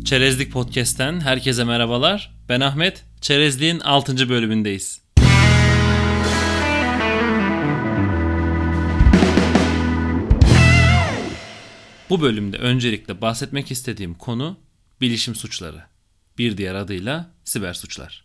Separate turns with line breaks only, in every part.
Çerezlik Podcast'ten herkese merhabalar. Ben Ahmet. Çerezlik'in 6. bölümündeyiz. Bu bölümde öncelikle bahsetmek istediğim konu bilişim suçları. Bir diğer adıyla siber suçlar.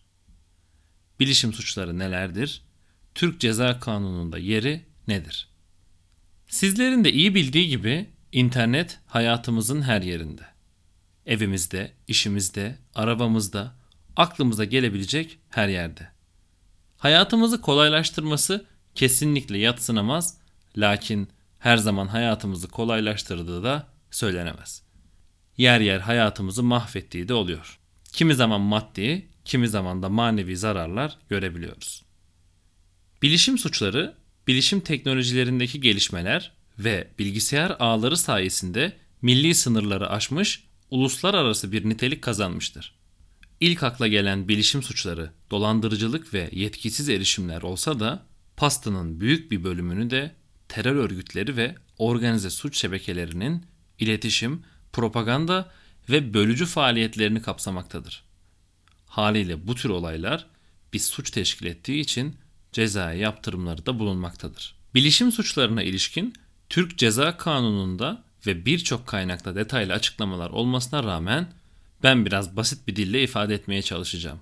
Bilişim suçları nelerdir? Türk Ceza Kanunu'nda yeri nedir? Sizlerin de iyi bildiği gibi internet hayatımızın her yerinde. Evimizde, işimizde, arabamızda, aklımıza gelebilecek her yerde. Hayatımızı kolaylaştırması kesinlikle yadsınamaz, lakin her zaman hayatımızı kolaylaştırdığı da söylenemez. Yer yer hayatımızı mahvettiği de oluyor. Kimi zaman maddi, kimi zaman da manevi zararlar görebiliyoruz. Bilişim suçları, bilişim teknolojilerindeki gelişmeler ve bilgisayar ağları sayesinde milli sınırları aşmış, uluslararası bir nitelik kazanmıştır. İlk akla gelen bilişim suçları dolandırıcılık ve yetkisiz erişimler olsa da pastanın büyük bir bölümünü de terör örgütleri ve organize suç şebekelerinin iletişim, propaganda ve bölücü faaliyetlerini kapsamaktadır. Haliyle bu tür olaylar bir suç teşkil ettiği için cezai yaptırımları da bulunmaktadır. Bilişim suçlarına ilişkin Türk Ceza Kanunu'nda ve birçok kaynakta detaylı açıklamalar olmasına rağmen ben biraz basit bir dille ifade etmeye çalışacağım.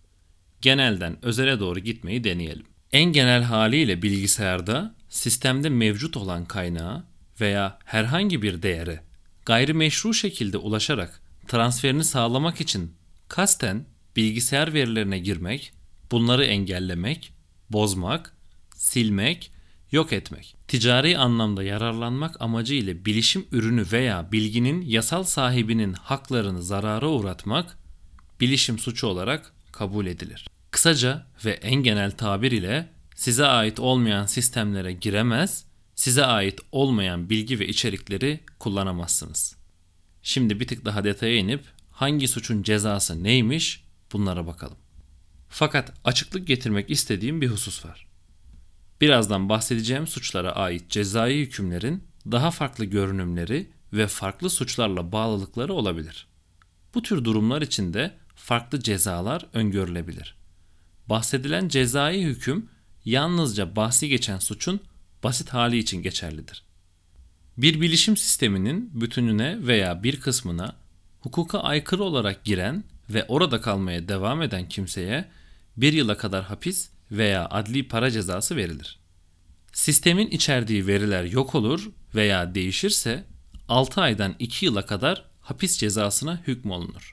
Genelden özele doğru gitmeyi deneyelim. En genel haliyle bilgisayarda sistemde mevcut olan kaynağa veya herhangi bir değere gayrimeşru şekilde ulaşarak transferini sağlamak için kasten bilgisayar verilerine girmek, bunları engellemek, bozmak, silmek, yok etmek, ticari anlamda yararlanmak amacıyla bilişim ürünü veya bilginin yasal sahibinin haklarını zarara uğratmak bilişim suçu olarak kabul edilir. Kısaca ve en genel tabir ile size ait olmayan sistemlere giremez, size ait olmayan bilgi ve içerikleri kullanamazsınız. Şimdi bir tık daha detaya inip hangi suçun cezası neymiş bunlara bakalım. Fakat açıklık getirmek istediğim bir husus var. Birazdan bahsedeceğim suçlara ait cezai hükümlerin daha farklı görünümleri ve farklı suçlarla bağlılıkları olabilir. Bu tür durumlar için de farklı cezalar öngörülebilir. Bahsedilen cezai hüküm yalnızca bahsi geçen suçun basit hali için geçerlidir. Bir bilişim sisteminin bütününe veya bir kısmına hukuka aykırı olarak giren ve orada kalmaya devam eden kimseye 1 yıla kadar hapis veya adli para cezası verilir. Sistemin içerdiği veriler yok olur veya değişirse 6 aydan 2 yıla kadar hapis cezasına hükmolunur.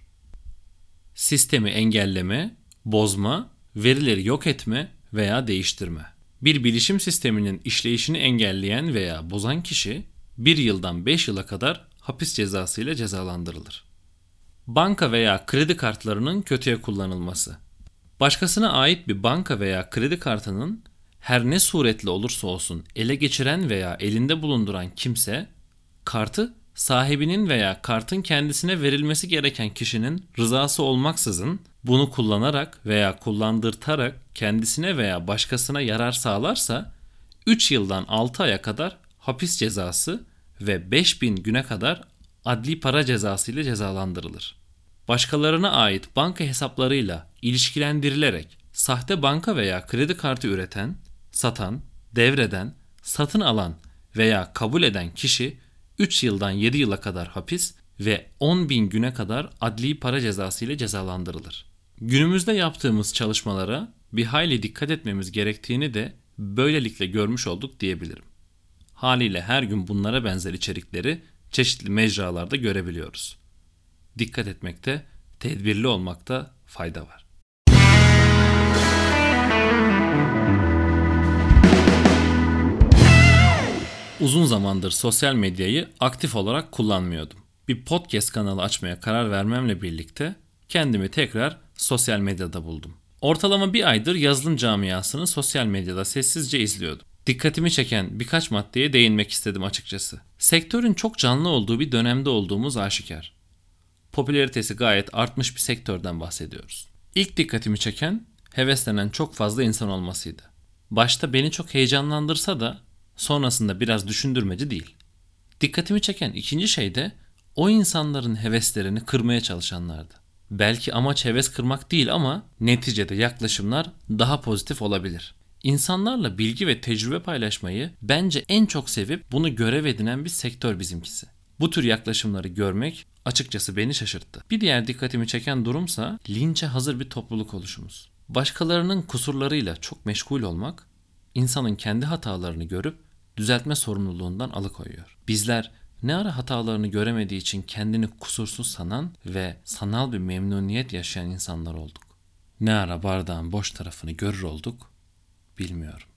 Sistemi engelleme, bozma, verileri yok etme veya değiştirme. Bir bilişim sisteminin işleyişini engelleyen veya bozan kişi 1 yıldan 5 yıla kadar hapis cezası ile cezalandırılır. Banka veya kredi kartlarının kötüye kullanılması. Başkasına ait bir banka veya kredi kartının her ne suretle olursa olsun ele geçiren veya elinde bulunduran kimse, kartı sahibinin veya kartın kendisine verilmesi gereken kişinin rızası olmaksızın bunu kullanarak veya kullandırtarak kendisine veya başkasına yarar sağlarsa 3 yıldan 6 aya kadar hapis cezası ve 5.000 güne kadar adli para cezası ile cezalandırılır. Başkalarına ait banka hesaplarıyla ilişkilendirilerek sahte banka veya kredi kartı üreten, satan, devreden, satın alan veya kabul eden kişi 3 yıldan 7 yıla kadar hapis ve 10.000 güne kadar adli para cezası ile cezalandırılır. Günümüzde yaptığımız çalışmalara bir hayli dikkat etmemiz gerektiğini de böylelikle görmüş olduk diyebilirim. Haliyle her gün bunlara benzer içerikleri çeşitli mecralarda görebiliyoruz. Dikkat etmekte, tedbirli olmakta fayda var. Uzun zamandır sosyal medyayı aktif olarak kullanmıyordum. Bir podcast kanalı açmaya karar vermemle birlikte kendimi tekrar sosyal medyada buldum. Ortalama bir aydır yazılım camiasını sosyal medyada sessizce izliyordum. Dikkatimi çeken birkaç maddeye değinmek istedim açıkçası. Sektörün çok canlı olduğu bir dönemde olduğumuz aşikar. Popülaritesi gayet artmış bir sektörden bahsediyoruz. İlk dikkatimi çeken heveslenen çok fazla insan olmasıydı. Başta beni çok heyecanlandırsa da sonrasında biraz düşündürmeci değil. Dikkatimi çeken ikinci şey de O insanların heveslerini kırmaya çalışanlardı. Belki amaç heves kırmak değil ama neticede yaklaşımlar daha pozitif olabilir. İnsanlarla bilgi ve tecrübe paylaşmayı bence en çok sevip bunu görev edinen bir sektör bizimkisi. Bu tür yaklaşımları görmek açıkçası beni şaşırttı. Bir diğer dikkatimi çeken durumsa linçe hazır bir topluluk oluşumuz. Başkalarının kusurlarıyla çok meşgul olmak, insanın kendi hatalarını görüp düzeltme sorumluluğundan alıkoyuyor. Bizler ne ara hatalarını göremediği için kendini kusursuz sanan ve sanal bir memnuniyet yaşayan insanlar olduk. Ne ara bardağın boş tarafını görür olduk bilmiyorum.